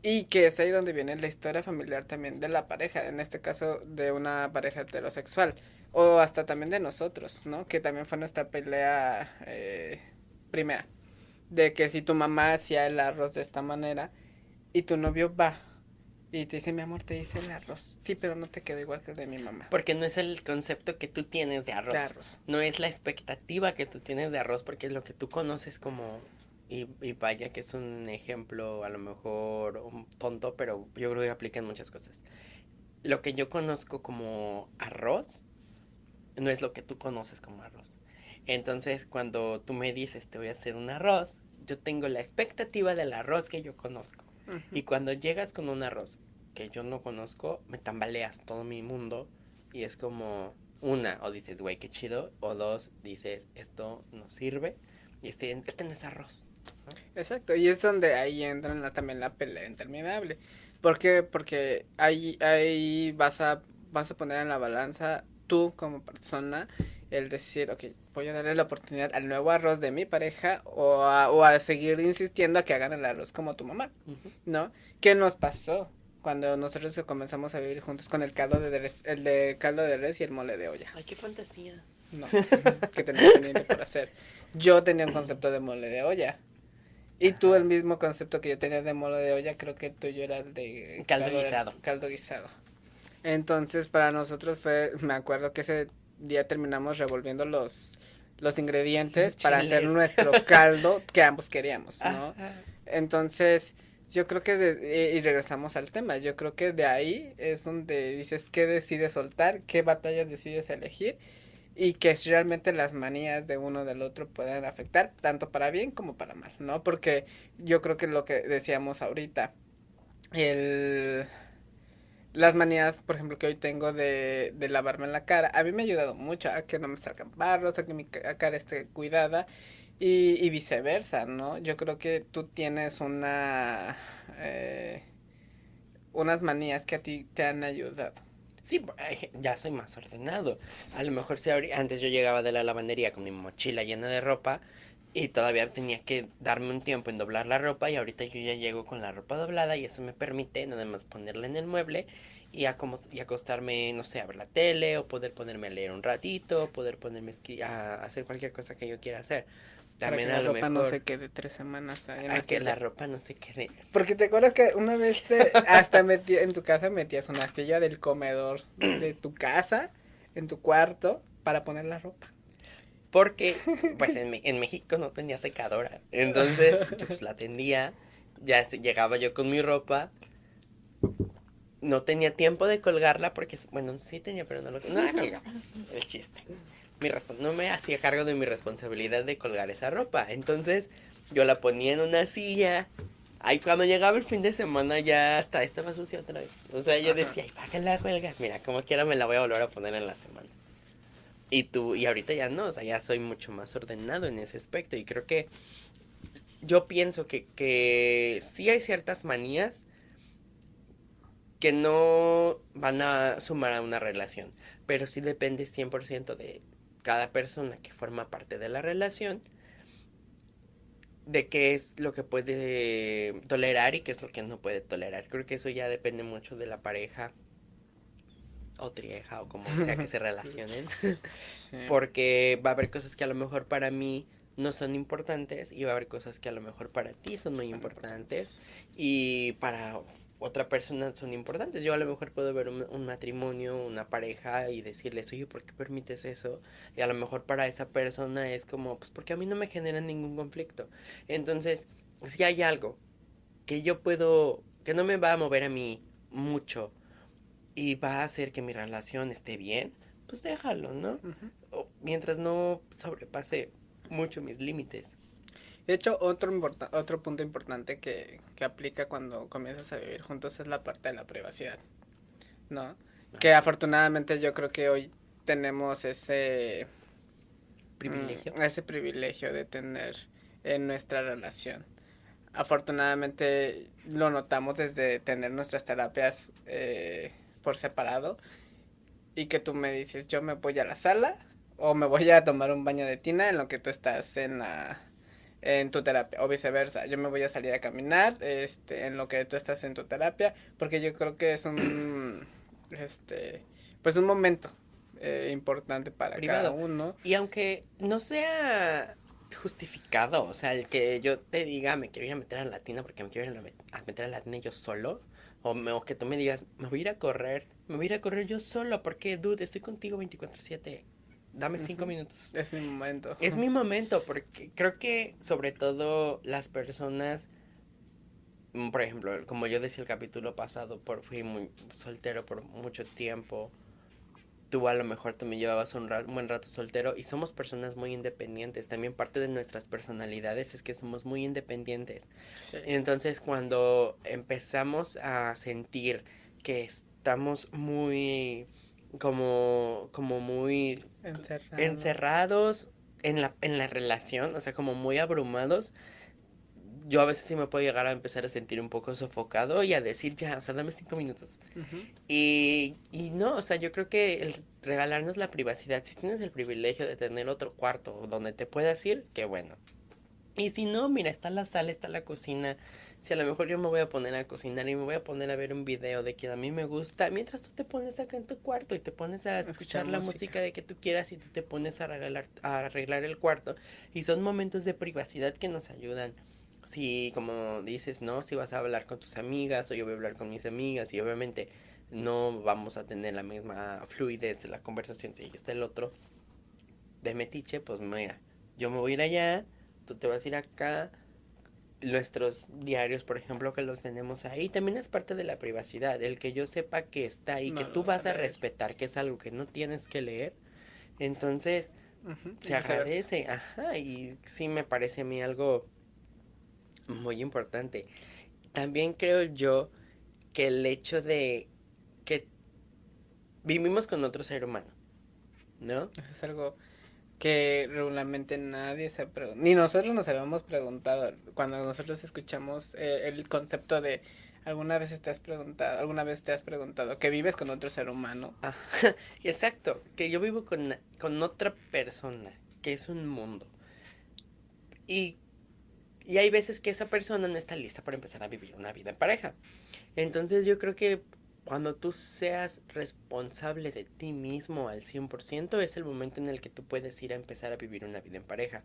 Y que es ahí donde viene la historia familiar también de la pareja, en este caso de una pareja heterosexual, o hasta también de nosotros, ¿no? Que también fue nuestra pelea eh, primera, de que si tu mamá hacía el arroz de esta manera y tu novio va y te dice, mi amor, te hice el arroz, sí, pero no te quedó igual que el de mi mamá. Porque no es el concepto que tú tienes de arroz. De arroz. No es la expectativa que tú tienes de arroz, porque es lo que tú conoces como... Y, y vaya que es un ejemplo a lo mejor un tonto, pero yo creo que aplica en muchas cosas. Lo que yo conozco como arroz no es lo que tú conoces como arroz. Entonces, cuando tú me dices te voy a hacer un arroz, yo tengo la expectativa del arroz que yo conozco. Ujú. Y cuando llegas con un arroz que yo no conozco, me tambaleas todo mi mundo y es como una, o dices, güey, qué chido, o dos, dices, esto no sirve y este, este no es arroz. ¿No? Exacto, y es donde ahí entra en la, también la pelea interminable. ¿Por qué? Porque ahí, ahí vas a, vas a poner en la balanza tú como persona el decir, ok, voy a darle la oportunidad al nuevo arroz de mi pareja o a, o a seguir insistiendo a que hagan el arroz como tu mamá, Ujú. ¿no? ¿Qué nos pasó cuando nosotros comenzamos a vivir juntos con el caldo de res, el de caldo de res y el mole de olla? Ay, qué fantasía. No, que tenía pendiente por hacer. Yo tenía un concepto de mole de olla. Y tú el Ajá. mismo concepto que yo tenía de mole de olla, creo que el tuyo era el de Caldo de- guisado. caldo guisado. Entonces, para nosotros fue, me acuerdo que ese día terminamos revolviendo los, los ingredientes para hacer Chiles. nuestro caldo que ambos queríamos, ¿no? Ajá. Entonces, yo creo que, de- y y regresamos al tema, yo creo que de ahí es donde dices qué decides soltar, qué batallas decides elegir y que si realmente las manías de uno del otro pueden afectar tanto para bien como para mal, ¿no? Porque yo creo que lo que decíamos ahorita, el las manías, por ejemplo, que hoy tengo de, de lavarme la cara, a mí me ha ayudado mucho a que no me salgan barros, a que mi ca- cara esté cuidada y, y viceversa, ¿no? Yo creo que tú tienes una eh, unas manías que a ti te han ayudado. Sí, por- ay, ya soy más ordenado. A lo mejor si abri- antes yo llegaba de la lavandería con mi mochila llena de ropa y todavía tenía que darme un tiempo en doblar la ropa y ahorita yo ya llego con la ropa doblada y eso me permite nada más ponerla en el mueble y, acomo- y acostarme, no sé, a ver la tele o poder ponerme a leer un ratito, poder ponerme a escri- a hacer cualquier cosa que yo quiera hacer. Para que También la a lo ropa no se mejor quede tres semanas ahí en a la que la silla. ropa no se quede. Porque te acuerdas que una vez te, hasta metí, en tu casa metías una silla del comedor de tu casa en tu cuarto para poner la ropa. Porque, pues en, Me- en México no tenía secadora. Entonces, yo pues la tendía. Ya se- llegaba yo con mi ropa. No tenía tiempo de colgarla porque, bueno, sí tenía, pero no, lo, no la colgaba. El chiste. Mi respon- no me hacía cargo de mi responsabilidad de colgar esa ropa. Entonces, yo la ponía en una silla. Ahí cuando llegaba el fin de semana ya hasta estaba sucia otra vez. O sea, yo Ajá. decía, ¿y para qué la cuelgas? Mira, como quiera me la voy a volver a poner en la semana. Y tú, y ahorita ya no, o sea, ya soy mucho más ordenado en ese aspecto. Y creo que yo pienso que, que sí hay ciertas manías que no van a sumar a una relación, pero sí depende cien por ciento de cada persona que forma parte de la relación, de qué es lo que puede tolerar y qué es lo que no puede tolerar. Creo que eso ya depende mucho de la pareja o trieja o como sea que se relacionen. Sí. Porque va a haber cosas que a lo mejor para mí no son importantes y va a haber cosas que a lo mejor para ti son muy importantes y para otra persona son importantes. Yo a lo mejor puedo ver un, un matrimonio, una pareja y decirles, oye, ¿por qué permites eso? Y a lo mejor para esa persona es como, pues porque a mí no me genera ningún conflicto. Entonces, si hay algo que yo puedo, que no me va a mover a mí mucho y va a hacer que mi relación esté bien, pues déjalo, ¿no? Ujú. O mientras no sobrepase mucho mis límites. De hecho, otro, importa- otro punto importante que, que aplica cuando comienzas a vivir juntos es la parte de la privacidad, ¿no? Que afortunadamente yo creo que hoy tenemos ese Privilegio. mm, ese privilegio de tener en nuestra relación. Afortunadamente lo notamos desde tener nuestras terapias eh, por separado y que tú me dices yo me voy a la sala o me voy a tomar un baño de tina en lo que tú estás en la en tu terapia o viceversa. Yo me voy a salir a caminar, este, en lo que tú estás en tu terapia, porque yo creo que es un, este, pues un momento eh, importante para cada Privado. uno. Y aunque no sea justificado, o sea, el que yo te diga me quiero ir a meter a la tina porque me quiero ir a, met- a meter a la tina yo solo, o, me- o que tú me digas, me voy a ir a correr, me voy a ir a correr yo solo, porque, dude, estoy contigo veinticuatro siete, dame cinco Ujú. minutos. Es mi momento. Es mi momento, porque creo que sobre todo las personas, mm, por ejemplo, como yo decía el capítulo pasado, por, fui muy soltero por mucho tiempo. Tú a lo mejor también llevabas un, ra- un buen rato soltero y somos personas muy independientes. También parte de nuestras personalidades es que somos muy independientes. Sí, Entonces cuando empezamos a sentir que estamos muy, como, como muy encerrado. encerrados en la, en la relación, o sea, como muy abrumados, yo a veces sí me puedo llegar a empezar a sentir un poco sofocado y a decir, ya, o sea, dame cinco minutos. Ujú. Y, y no, o sea, yo creo que el regalarnos la privacidad, si tienes el privilegio de tener otro cuarto donde te puedas ir, qué bueno. Y si no, mira, está la sala, está la cocina. Si a lo mejor yo me voy a poner a cocinar y me voy a poner a ver un video de que a mí me gusta, mientras tú te pones acá en tu cuarto y te pones a Escuchar escuchar la música. música de que tú quieras y tú te pones a arreglar, a arreglar el cuarto. Y son momentos de privacidad que nos ayudan. Si, como dices, ¿no? Si vas a hablar con tus amigas o yo voy a hablar con mis amigas y obviamente no vamos a tener la misma fluidez de la conversación si está el otro de metiche, pues mira, yo me voy a ir allá, tú te vas a ir acá, nuestros diarios, por ejemplo, que los tenemos ahí, también es parte de la privacidad, el que yo sepa que está ahí, que No tú lo vas a vas a leer. respetar, que es algo que no tienes que leer, entonces Ujú. Y se viceversa. agradece, ajá, y sí me parece a mí algo muy importante. También creo yo que el hecho de que vivimos con otro ser humano, ¿no? Eso es algo que regularmente nadie se pregunta, ni nosotros nos habíamos preguntado cuando nosotros escuchamos eh, el concepto de alguna vez te has preguntado, alguna vez te has preguntado que vives con otro ser humano. Ah, exacto, que yo vivo con, con otra persona, que es un mundo. Y, y hay veces que esa persona no está lista para empezar a vivir una vida en pareja. Entonces yo creo que cuando tú seas responsable de ti mismo al cien por ciento es el momento en el que tú puedes ir a empezar a vivir una vida en pareja.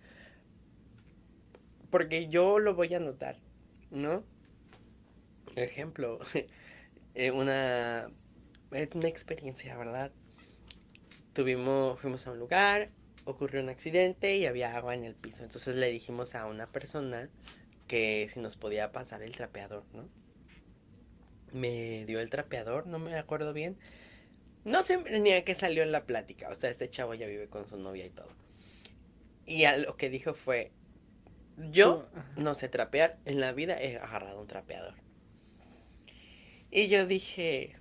Porque yo lo voy a notar, ¿no? Ejemplo, eh, una, es una experiencia, ¿verdad? Tuvimos, fuimos a un lugar, ocurrió un accidente y había agua en el piso. Entonces le dijimos a una persona que si nos podía pasar el trapeador, ¿no? Me dio el trapeador, no me acuerdo bien. No sé ni a qué salió en la plática. O sea, este chavo ya vive con su novia y todo. Y a lo que dijo fue, Tú, yo no sé trapear, en la vida he agarrado un trapeador. Y yo dije,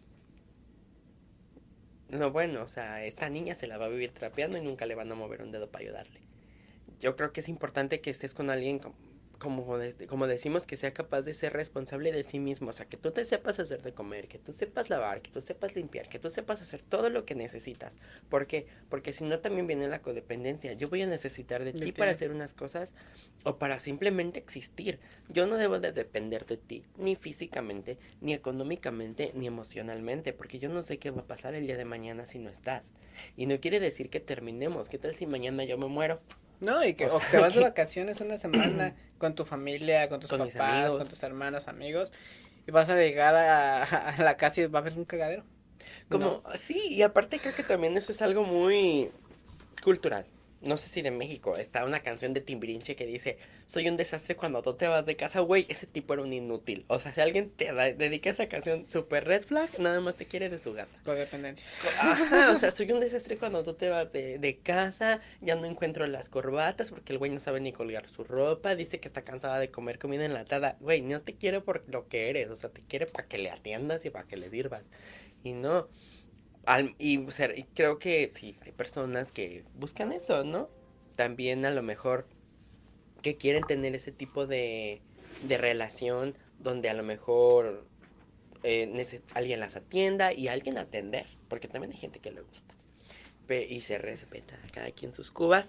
no bueno, o sea, esta niña se la va a vivir trapeando y nunca le van a mover un dedo para ayudarle. Yo creo que es importante que estés con alguien como, como, de- como decimos, que sea capaz de ser responsable de sí mismo. O sea, que tú te sepas hacer de comer, que tú sepas lavar, que tú sepas limpiar, que tú sepas hacer todo lo que necesitas. ¿Por qué? Porque si no también viene la codependencia. Yo voy a necesitar de de ti para ti. hacer unas cosas o para simplemente existir. Yo no debo de depender de ti, ni físicamente, ni económicamente, ni emocionalmente, porque yo no sé qué va a pasar el día de mañana si no estás. Y no quiere decir que terminemos. ¿Qué tal si mañana yo me muero? No, y que O o sea, te vas de que vacaciones una semana con tu familia, con tus con mis papás, con amigos. tus hermanos, amigos, y vas a llegar a, a la casa y va a haber un cagadero. No, Como, sí, y aparte creo que también eso es algo muy cultural. No sé si de México está una canción de Timbiriche que dice, soy un desastre cuando tú te vas de casa, güey, ese tipo era un inútil. O sea, si alguien te da- dedica esa canción super red flag, nada más te quiere de su gata. codependencia. Co- Ajá, o sea, soy un desastre cuando tú te vas de, de casa, ya no encuentro las corbatas porque el güey no sabe ni colgar su ropa, dice que está cansada de comer comida enlatada. Güey, no te quiero por lo que eres, o sea, te quiere para que le atiendas y para que le sirvas. Y no, al- y, ser- y creo que sí, hay personas que buscan eso, ¿no? También a lo mejor que quieren tener ese tipo de, de relación donde a lo mejor eh, neces- alguien las atienda y alguien atender, porque también hay gente que le gusta. Pe- y se respeta a cada quien sus cubas,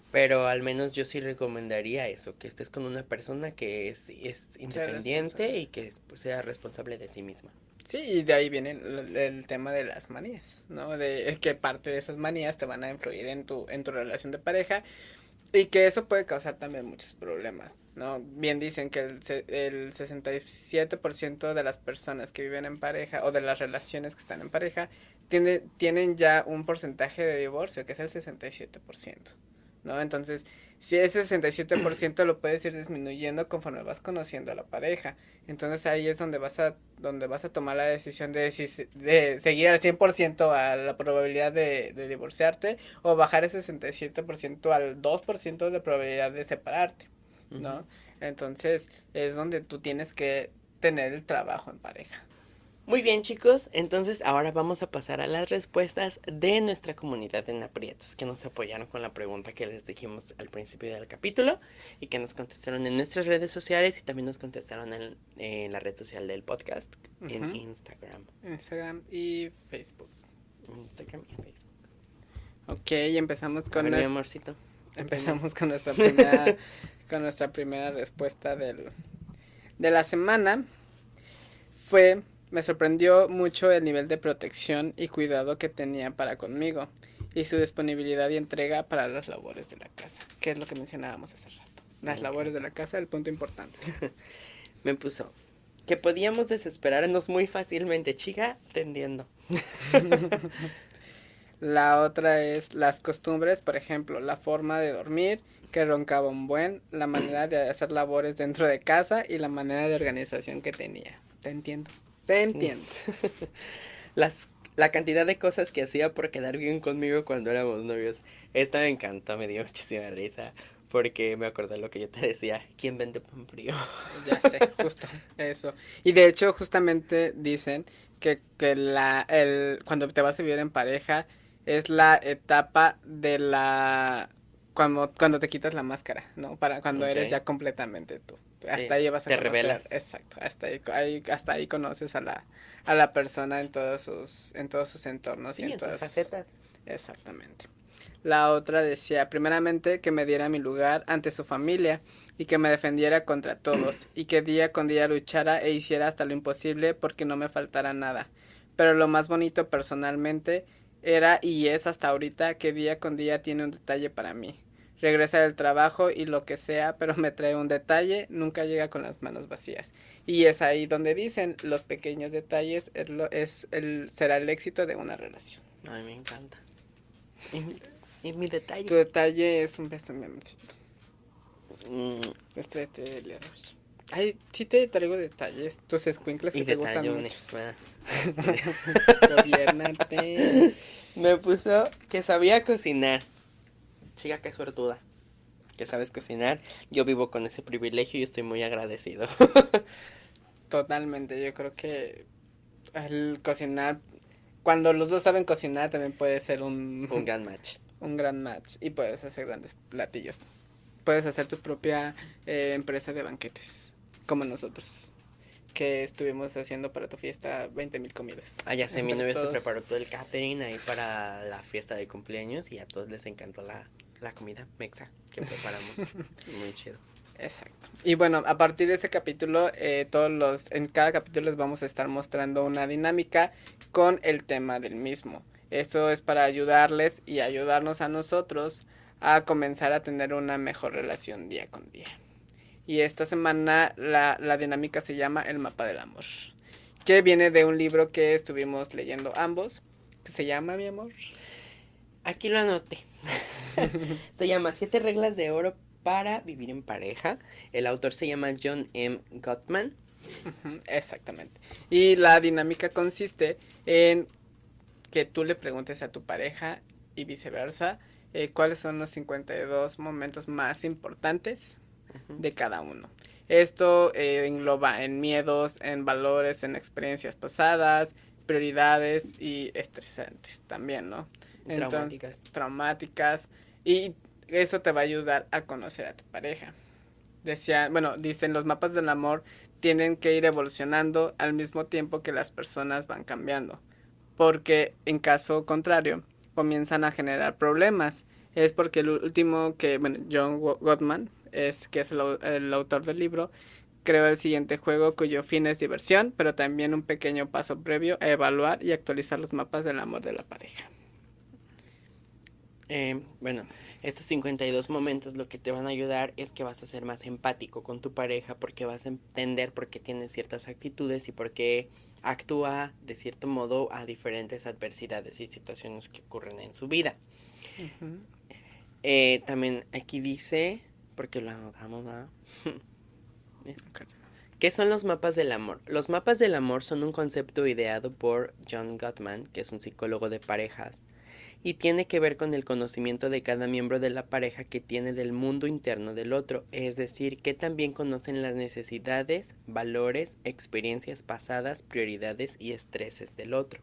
Pero al menos yo sí recomendaría eso, que estés con una persona que es, es independiente y que pues, sea responsable de sí misma. Sí, y de ahí viene el, el tema de las manías, ¿no? De que parte de esas manías te van a influir en tu, en tu relación de pareja y que eso puede causar también muchos problemas, ¿no? Bien dicen que el, el sesenta y siete por ciento de las personas que viven en pareja o de las relaciones que están en pareja tiene, tienen ya un porcentaje de divorcio, que es el sesenta y siete por ciento, ¿no? Entonces, si ese sesenta y siete por ciento lo puedes ir disminuyendo conforme vas conociendo a la pareja. Entonces ahí es donde vas a donde vas a tomar la decisión de, si, de seguir al cien por ciento a la probabilidad de, de divorciarte o bajar ese sesenta y siete por ciento al dos por ciento de probabilidad de separarte, ¿no? Uh-huh. Entonces es donde tú tienes que tener el trabajo en pareja. Muy bien, chicos, entonces ahora vamos a pasar a las respuestas de nuestra comunidad en aprietos, que nos apoyaron con la pregunta que les dijimos al principio del capítulo y que nos contestaron en nuestras redes sociales y también nos contestaron en, en la red social del podcast, uh-huh. en Instagram. Instagram y Facebook. Instagram y Facebook. Ok, empezamos con... A ver, mi amorcito. Empezamos con nuestra primera, con nuestra primera respuesta del, de la semana. Fue... Me sorprendió mucho el nivel de protección y cuidado que tenía para conmigo y su disponibilidad y entrega para las labores de la casa, que es lo que mencionábamos hace rato. Las labores de la casa, el punto importante. Me puso que podíamos desesperarnos muy fácilmente, chica, tendiendo. La otra es las costumbres, por ejemplo, la forma de dormir, que roncaba un buen, la manera de hacer labores dentro de casa y la manera de organización que tenía. Te entiendo. Te entiendo. Las, la cantidad de cosas que hacía por quedar bien conmigo cuando éramos novios. Esta me encantó, me dio muchísima risa. Porque me acordé lo que yo te decía. ¿Quién vende pan frío? Ya sé, justo eso. Y de hecho, justamente dicen que, que la, el, cuando te vas a vivir en pareja es la etapa de la... Cuando, cuando te quitas la máscara, ¿no? Para cuando okay. eres ya completamente tú. Hasta sí, ahí vas a te conocer. Revelas. Exacto. Hasta ahí, ahí, hasta ahí conoces a la, a la persona en todos sus, en todos sus entornos. Sí, y en, en todas sus facetas. Exactamente. La otra decía, primeramente, que me diera mi lugar ante su familia y que me defendiera contra todos y que día con día luchara e hiciera hasta lo imposible porque no me faltara nada. Pero lo más bonito personalmente era y es hasta ahorita que día con día tiene un detalle para mí. Regresa del trabajo y lo que sea, pero me trae un detalle, nunca llega con las manos vacías. Y es ahí donde dicen, los pequeños detalles es, lo, es el, será el éxito de una relación. Ay, me encanta. Y mi, y mi detalle. Tu detalle es un beso, mi amorcito. Mm. Este te le doy. Ay, sí te traigo detalles, tus escuincles que te gustan mucho. Gobiérnate. Me puso que sabía cocinar. Chica, qué suertuda. Que sabes cocinar. Yo vivo con ese privilegio y estoy muy agradecido. Totalmente, yo creo que el cocinar, cuando los dos saben cocinar también puede ser un... Un gran match. Un gran match y puedes hacer grandes platillos. Puedes hacer tu propia eh, empresa de banquetes, como nosotros, que estuvimos haciendo para tu fiesta veinte mil comidas. Ah, ya sé, mi novio todos... se preparó todo el catering ahí para la fiesta de cumpleaños y a todos les encantó la, la comida mexa que preparamos. Muy chido. Exacto. Y bueno, a partir de ese capítulo, eh, todos los, en cada capítulo les vamos a estar mostrando una dinámica con el tema del mismo. Eso es para ayudarles y ayudarnos a nosotros a comenzar a tener una mejor relación día con día. Y esta semana la, la dinámica se llama El Mapa del Amor, que viene de un libro que estuvimos leyendo ambos, que se llama, mi amor. Aquí lo anoté. Se llama Siete Reglas de Oro para Vivir en Pareja. El autor se llama John M. Gottman. Uh-huh, exactamente. Y la dinámica consiste en que tú le preguntes a tu pareja y viceversa eh, cuáles son los cincuenta y dos momentos más importantes uh-huh. de cada uno. Esto eh, engloba en miedos, en valores, en experiencias pasadas, prioridades y estresantes también, ¿no? Entonces, traumáticas. Traumáticas. Y eso te va a ayudar a conocer a tu pareja. Decía, bueno, dicen los mapas del amor tienen que ir evolucionando al mismo tiempo que las personas van cambiando. Porque en caso contrario, comienzan a generar problemas es porque el último que, bueno, John Gottman, es, que es el, el autor del libro, creó el siguiente juego cuyo fin es diversión, pero también un pequeño paso previo a evaluar y actualizar los mapas del amor de la pareja. Eh, bueno, estos cincuenta y dos momentos lo que te van a ayudar es que vas a ser más empático con tu pareja porque vas a entender por qué tiene ciertas actitudes y por qué actúa de cierto modo a diferentes adversidades y situaciones que ocurren en su vida. Uh-huh. Eh, también aquí dice, porque lo anotamos, ¿no? Okay. ¿Qué son los mapas del amor? Los mapas del amor son un concepto ideado por John Gottman, que es un psicólogo de parejas, y tiene que ver con el conocimiento de cada miembro de la pareja que tiene del mundo interno del otro, es decir, que también conocen las necesidades, valores, experiencias pasadas, prioridades y estreses del otro.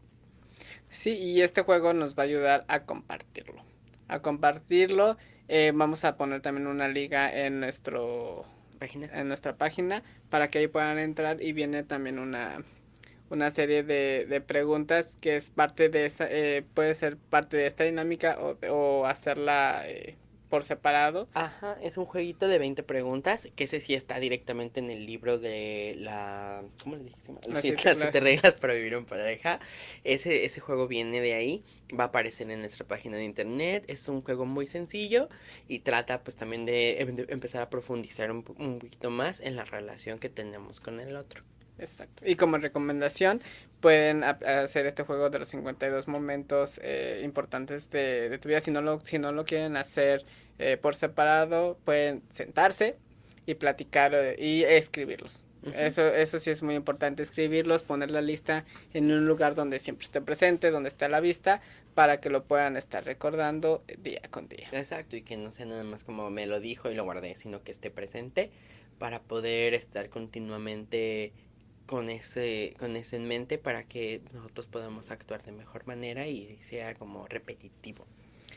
Sí, y este juego nos va a ayudar a compartirlo. A compartirlo, eh, vamos a poner también una liga en nuestro página, en nuestra página para que ahí puedan entrar, y viene también una una serie de, de preguntas que es parte de esa, eh, puede ser parte de esta dinámica o, o hacerla eh, por separado. Ajá, es un jueguito de veinte preguntas, que ese sí está directamente en el libro de la, ¿cómo le dijimos? Las siete reglas para vivir en pareja. Ese, ese juego viene de ahí, va a aparecer en nuestra página de internet. Es un juego muy sencillo y trata pues también de, de empezar a profundizar un, un poquito más en la relación que tenemos con el otro. Exacto. Y como recomendación, pueden hacer este juego de los cincuenta y dos momentos eh, importantes de, de tu vida. Si no lo, si no lo quieren hacer eh, por separado, pueden sentarse y platicar eh, y escribirlos. Uh-huh. Eso, eso sí es muy importante, escribirlos, poner la lista en un lugar donde siempre esté presente, donde esté a la vista, para que lo puedan estar recordando día con día. Exacto, y que no sea nada más como me lo dijo y lo guardé, sino que esté presente para poder estar continuamente con ese con eso en mente para que nosotros podamos actuar de mejor manera y sea como repetitivo.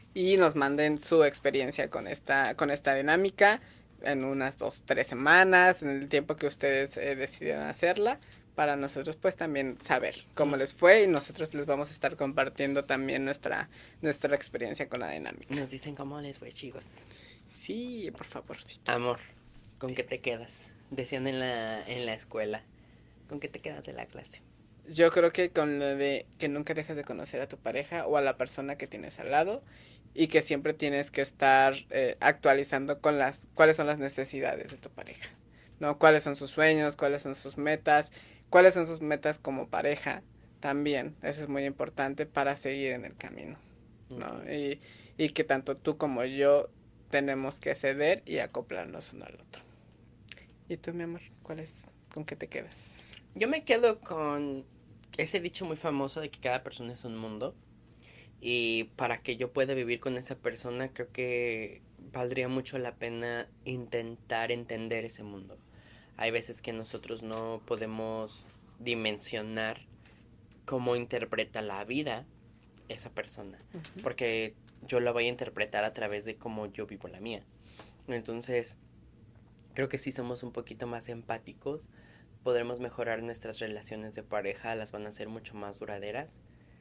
Y nos manden su experiencia con esta con esta dinámica en unas dos, tres semanas, en el tiempo que ustedes eh, decidieron hacerla, para nosotros pues también saber cómo les fue, y nosotros les vamos a estar compartiendo también nuestra nuestra experiencia con la dinámica. Nos dicen cómo les fue, chicos. Sí, por favorcito. Amor, ¿con qué te quedas? Decían en la en la escuela. ¿Con qué te quedas de la clase? Yo creo que con lo de que nunca dejes de conocer a tu pareja o a la persona que tienes al lado, y que siempre tienes que estar eh, actualizando con las cuáles son las necesidades de tu pareja, ¿no? Cuáles son sus sueños, cuáles son sus metas, cuáles son sus metas como pareja también. Eso es muy importante para seguir en el camino, ¿no? Okay. Y, y que tanto tú como yo tenemos que ceder y acoplarnos uno al otro. ¿Y tú, mi amor, cuál es? ¿Con qué te quedas? Yo me quedo con ese dicho muy famoso de que cada persona es un mundo, y para que yo pueda vivir con esa persona creo que valdría mucho la pena intentar entender ese mundo. Hay veces que nosotros no podemos dimensionar cómo interpreta la vida esa persona, uh-huh. porque yo la voy a interpretar a través de cómo yo vivo la mía. Entonces creo que si somos un poquito más empáticos, podremos mejorar nuestras relaciones de pareja, las van a hacer mucho más duraderas,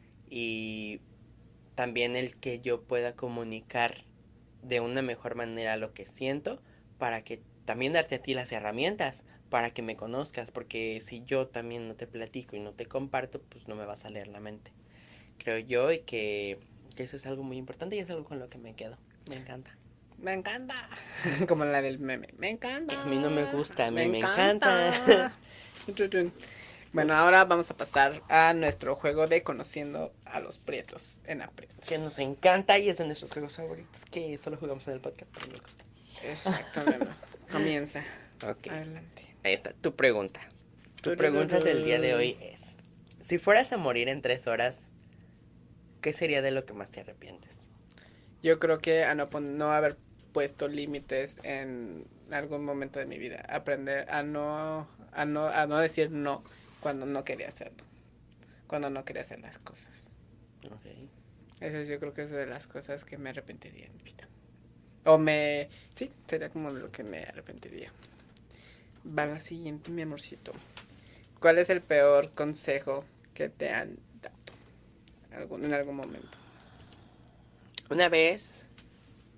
y también el que yo pueda comunicar de una mejor manera lo que siento, para que también darte a ti las herramientas para que me conozcas, porque si yo también no te platico y no te comparto, pues no me vas a leer la mente. Creo yo y que, que eso es algo muy importante y es algo con lo que me quedo. Me encanta. Me encanta. Como la del meme. Me encanta. A mí no me gusta, a mí me, me encanta. encanta. Bueno, ahora vamos a pasar a nuestro juego de conociendo a los prietos en aprietos. Que nos encanta y es de nuestros juegos favoritos, que solo jugamos en el podcast, pero nos gusta. Exactamente. Comienza. Ok. Adelante. Ahí está, tu pregunta. Tu pregunta del día de hoy es: si fueras a morir en tres horas, ¿qué sería de lo que más te arrepientes? Yo creo que a no, no haber puesto límites en algún momento de mi vida. Aprender a no, a no, a no decir no cuando no quería hacerlo. Cuando no quería hacer las cosas. Okay. Eso yo creo que es de las cosas que me arrepentiría en mi vida. O me... Sí, sería como lo que me arrepentiría. Va la siguiente, mi amorcito. ¿Cuál es el peor consejo que te han dado algún, en algún momento? Una vez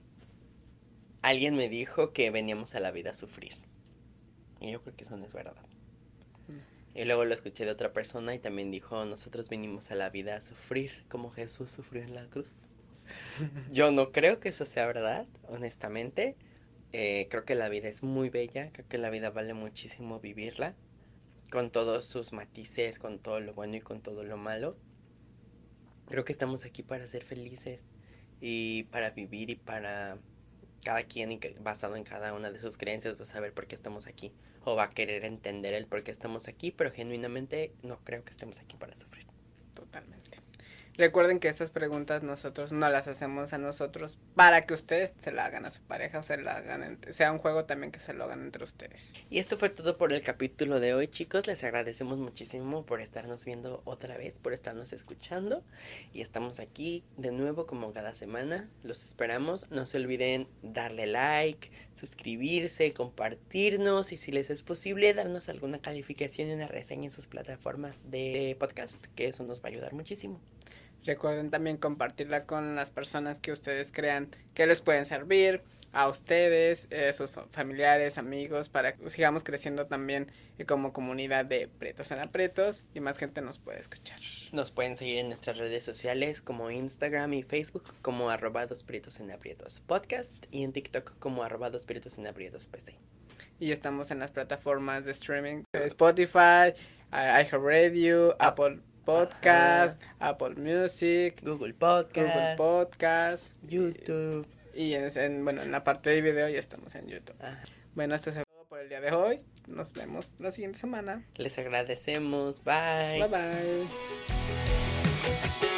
alguien me dijo que veníamos a la vida a sufrir. Y yo creo que eso no es verdad. Y luego lo escuché de otra persona y también dijo, nosotros venimos a la vida a sufrir como Jesús sufrió en la cruz. Yo no creo que eso sea verdad, honestamente. Eh, creo que la vida es muy bella, creo que la vida vale muchísimo vivirla, con todos sus matices, con todo lo bueno y con todo lo malo. Creo que estamos aquí para ser felices y para vivir y para cada quien, y basado en cada una de sus creencias, va a saber por qué estamos aquí o va a querer entender el por qué estamos aquí, pero genuinamente no creo que estemos aquí para sufrir. Totalmente. Recuerden que estas preguntas nosotros no las hacemos a nosotros para que ustedes se la hagan a su pareja o se la hagan entre, sea un juego también que se lo hagan entre ustedes. Y esto fue todo por el capítulo de hoy, chicos. Les agradecemos muchísimo por estarnos viendo otra vez, por estarnos escuchando. Y estamos aquí de nuevo como cada semana. Los esperamos. No se olviden darle like, suscribirse, compartirnos y si les es posible darnos alguna calificación y una reseña en sus plataformas de podcast, que eso nos va a ayudar muchísimo. Recuerden también compartirla con las personas que ustedes crean que les pueden servir, a ustedes, eh, sus familiares, amigos, para que sigamos creciendo también eh, como comunidad de Prietos en Aprietos y más gente nos puede escuchar. Nos pueden seguir en nuestras redes sociales como Instagram y Facebook como arroba dos prietos en aprietos podcast y en TikTok como arroba dos prietos en aprietos P C. Y estamos en las plataformas de streaming de Spotify, iHeartRadio, Apple Podcast, Ajá. Apple Music, Google Podcast, Google Podcast, YouTube. Y, y en, en, bueno, en la parte de video ya estamos en YouTube. Ajá. Bueno, esto es todo por el día de hoy. Nos vemos la siguiente semana. Les agradecemos. Bye. Bye bye.